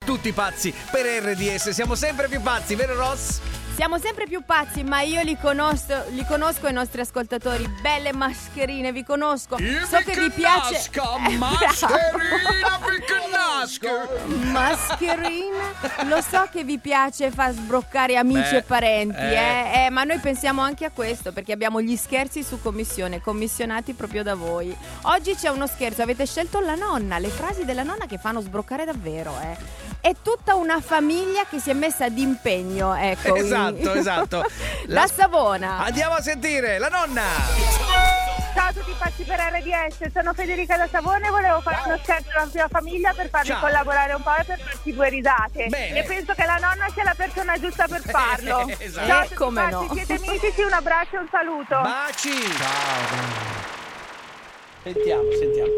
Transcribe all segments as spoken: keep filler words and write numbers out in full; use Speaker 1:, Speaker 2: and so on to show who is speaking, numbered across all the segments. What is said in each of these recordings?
Speaker 1: tutti pazzi per R D S. Siamo sempre più pazzi, vero Ross?
Speaker 2: Siamo sempre più pazzi, ma io li conosco, li conosco i nostri ascoltatori. Belle mascherine, vi conosco.
Speaker 1: Io
Speaker 2: so che vi piace.
Speaker 1: Nasca, mascherina, nasca.
Speaker 2: Mascherina. Lo so che vi piace far sbroccare amici
Speaker 1: Beh,
Speaker 2: e parenti,
Speaker 1: eh.
Speaker 2: eh. Eh, ma noi pensiamo anche a questo, perché abbiamo gli scherzi su commissione, commissionati proprio da voi. Oggi c'è uno scherzo, avete scelto la nonna, le frasi della nonna che fanno sbroccare davvero, eh. È tutta una famiglia che si è messa d'impegno, ecco.
Speaker 1: Esatto, esatto.
Speaker 2: La, la Savona.
Speaker 1: Andiamo a sentire la nonna.
Speaker 3: Ciao a tutti pazzi per R D S, sono Federica da Savona e volevo fare uno scherzo alla mia famiglia per farvi
Speaker 1: Ciao.
Speaker 3: collaborare un po' e per farci due risate.
Speaker 1: Bene.
Speaker 3: E penso che la nonna sia la persona giusta per farlo.
Speaker 1: Esatto.
Speaker 3: Ciao a
Speaker 2: Eh,
Speaker 3: tutti
Speaker 2: come
Speaker 3: pazzi,
Speaker 2: no.
Speaker 3: siete mitici, un abbraccio e un saluto.
Speaker 1: Baci. Ciao. Sentiamo, sentiamo.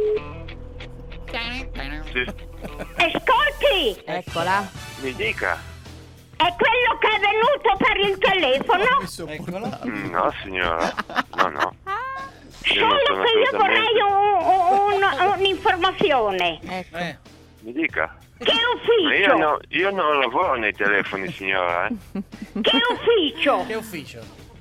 Speaker 4: Ascolti,
Speaker 2: Eccola.
Speaker 5: Mi dica.
Speaker 4: è quello che è venuto per il telefono?
Speaker 1: Eccola.
Speaker 5: Mm, No, signora. No, no. Io non
Speaker 4: Solo
Speaker 5: sono
Speaker 4: che io
Speaker 5: assolutamente-
Speaker 4: vorrei un- un- un'informazione.
Speaker 2: Ecco.
Speaker 1: Eh.
Speaker 5: Mi dica.
Speaker 4: Che
Speaker 5: Ma
Speaker 4: ufficio?
Speaker 5: io, no, io non lavoro nei telefoni, signora. Eh.
Speaker 4: Che ufficio?
Speaker 1: Che ufficio?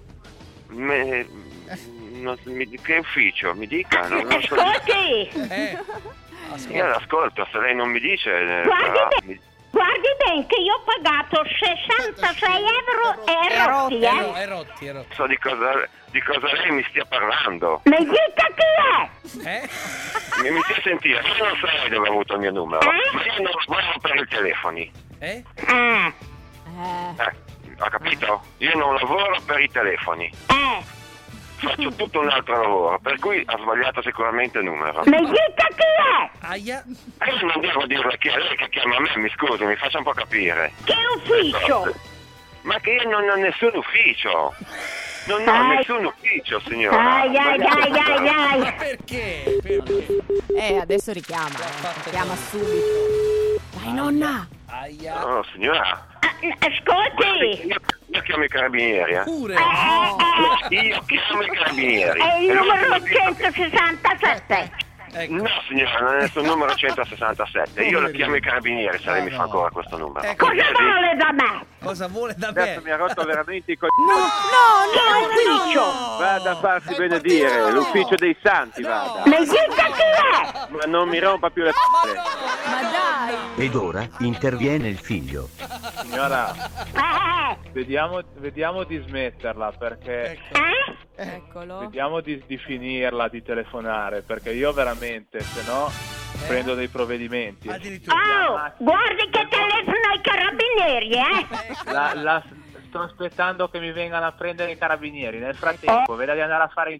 Speaker 5: Me- non- mi- che ufficio? Mi dica. Non, non so.
Speaker 4: Ascolti,
Speaker 1: Eh.
Speaker 5: Io
Speaker 1: Ascolta.
Speaker 5: l'ascolto, se lei non mi dice. eh,
Speaker 4: guardi
Speaker 5: sarà-
Speaker 4: bene,
Speaker 5: mi-
Speaker 4: guardi bene che io ho pagato sessantasei euro e rotti,
Speaker 1: È, ro-
Speaker 4: eh?
Speaker 1: è rotti, è rotti.
Speaker 5: so di cosa, di cosa lei mi stia parlando.
Speaker 4: Mi dica chi è?
Speaker 1: Eh?
Speaker 5: Mi, mi stia a sentire. Io non so dove ha avuto il mio numero.
Speaker 4: Eh?
Speaker 5: Ma io non lavoro per i telefoni.
Speaker 1: Eh?
Speaker 4: Ah,
Speaker 2: Eh.
Speaker 5: Eh, ha capito? Io non lavoro per i telefoni.
Speaker 4: eh,
Speaker 5: Faccio tutto un altro lavoro, per cui ha sbagliato sicuramente il numero.
Speaker 4: mi dica chi è?
Speaker 1: Aia.
Speaker 5: E io non devo dirle chi è lei che chiama me, mi scusi, mi faccia un po' capire.
Speaker 4: Che ufficio?
Speaker 5: Ma che io non ho nessun ufficio. Non ho
Speaker 4: Ai.
Speaker 5: nessun ufficio, signora.
Speaker 4: Ai ai ai ai ai.
Speaker 1: Ma perché? Perché?
Speaker 2: Eh, adesso richiama,
Speaker 1: L'ha
Speaker 2: eh.
Speaker 1: fatto
Speaker 2: Richiama
Speaker 1: bene.
Speaker 2: subito. Dai, nonna.
Speaker 1: Aia.
Speaker 5: No, signora.
Speaker 4: Ah,
Speaker 5: Guardi,
Speaker 4: ascolti,
Speaker 5: io, io chiamo i carabinieri, eh.
Speaker 1: Pure.
Speaker 4: eh, eh,
Speaker 5: Io chiamo i carabinieri.
Speaker 4: è il
Speaker 5: E loro
Speaker 4: numero
Speaker 5: mi dicono che-
Speaker 4: centosessantasette.
Speaker 1: Ecco.
Speaker 5: No, signora, non è nessun numero centosessantasette. Io lo chiamo i carabinieri se lei mi fa ancora questo numero.
Speaker 1: Ecco.
Speaker 4: Cosa
Speaker 5: Perché sì?
Speaker 4: vuole da me?
Speaker 1: Cosa vuole da
Speaker 6: Cazzo,
Speaker 1: me?
Speaker 6: mi ha rotto veramente i co***i.
Speaker 2: No, no,
Speaker 4: Che ufficio?
Speaker 6: Vada a farsi benedire, l'ufficio dei santi, vada.
Speaker 4: Mi dica chi è?
Speaker 6: Ma non mi rompa più le p***e.
Speaker 2: ma dai.
Speaker 7: Ed ora interviene il figlio.
Speaker 6: Signora,
Speaker 4: Eh,
Speaker 6: vediamo, vediamo di smetterla, perché...
Speaker 1: Ecco.
Speaker 4: eh?
Speaker 2: Eccolo.
Speaker 6: Vediamo di, di finirla di telefonare, perché io veramente, se no, prendo dei provvedimenti.
Speaker 1: Addirittura.
Speaker 4: Oh, guardi che telefono ai carabinieri, eh?
Speaker 6: La, la- sto aspettando che mi vengano a prendere i carabinieri. Nel frattempo, veda di andare a fare il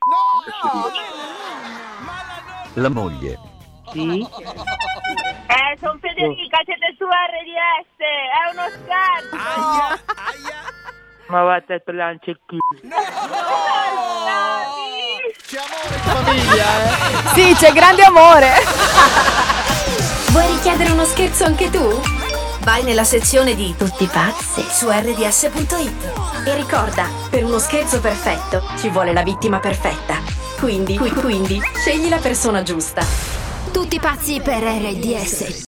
Speaker 7: La moglie.
Speaker 3: Eh, sono Federica, siete su R D S, è uno scherzo.
Speaker 1: Aia. Aia.
Speaker 6: Ma vatti a planche il culo.
Speaker 1: C'è amore in famiglia, eh.
Speaker 2: Sì, c'è grande amore.
Speaker 8: Vuoi richiedere uno scherzo anche tu? Vai nella sezione di Tutti pazzi su erre di esse punto it e ricorda, per uno scherzo perfetto ci vuole la vittima perfetta. Quindi, qui- quindi, scegli la persona giusta.
Speaker 9: Tutti pazzi per R D S.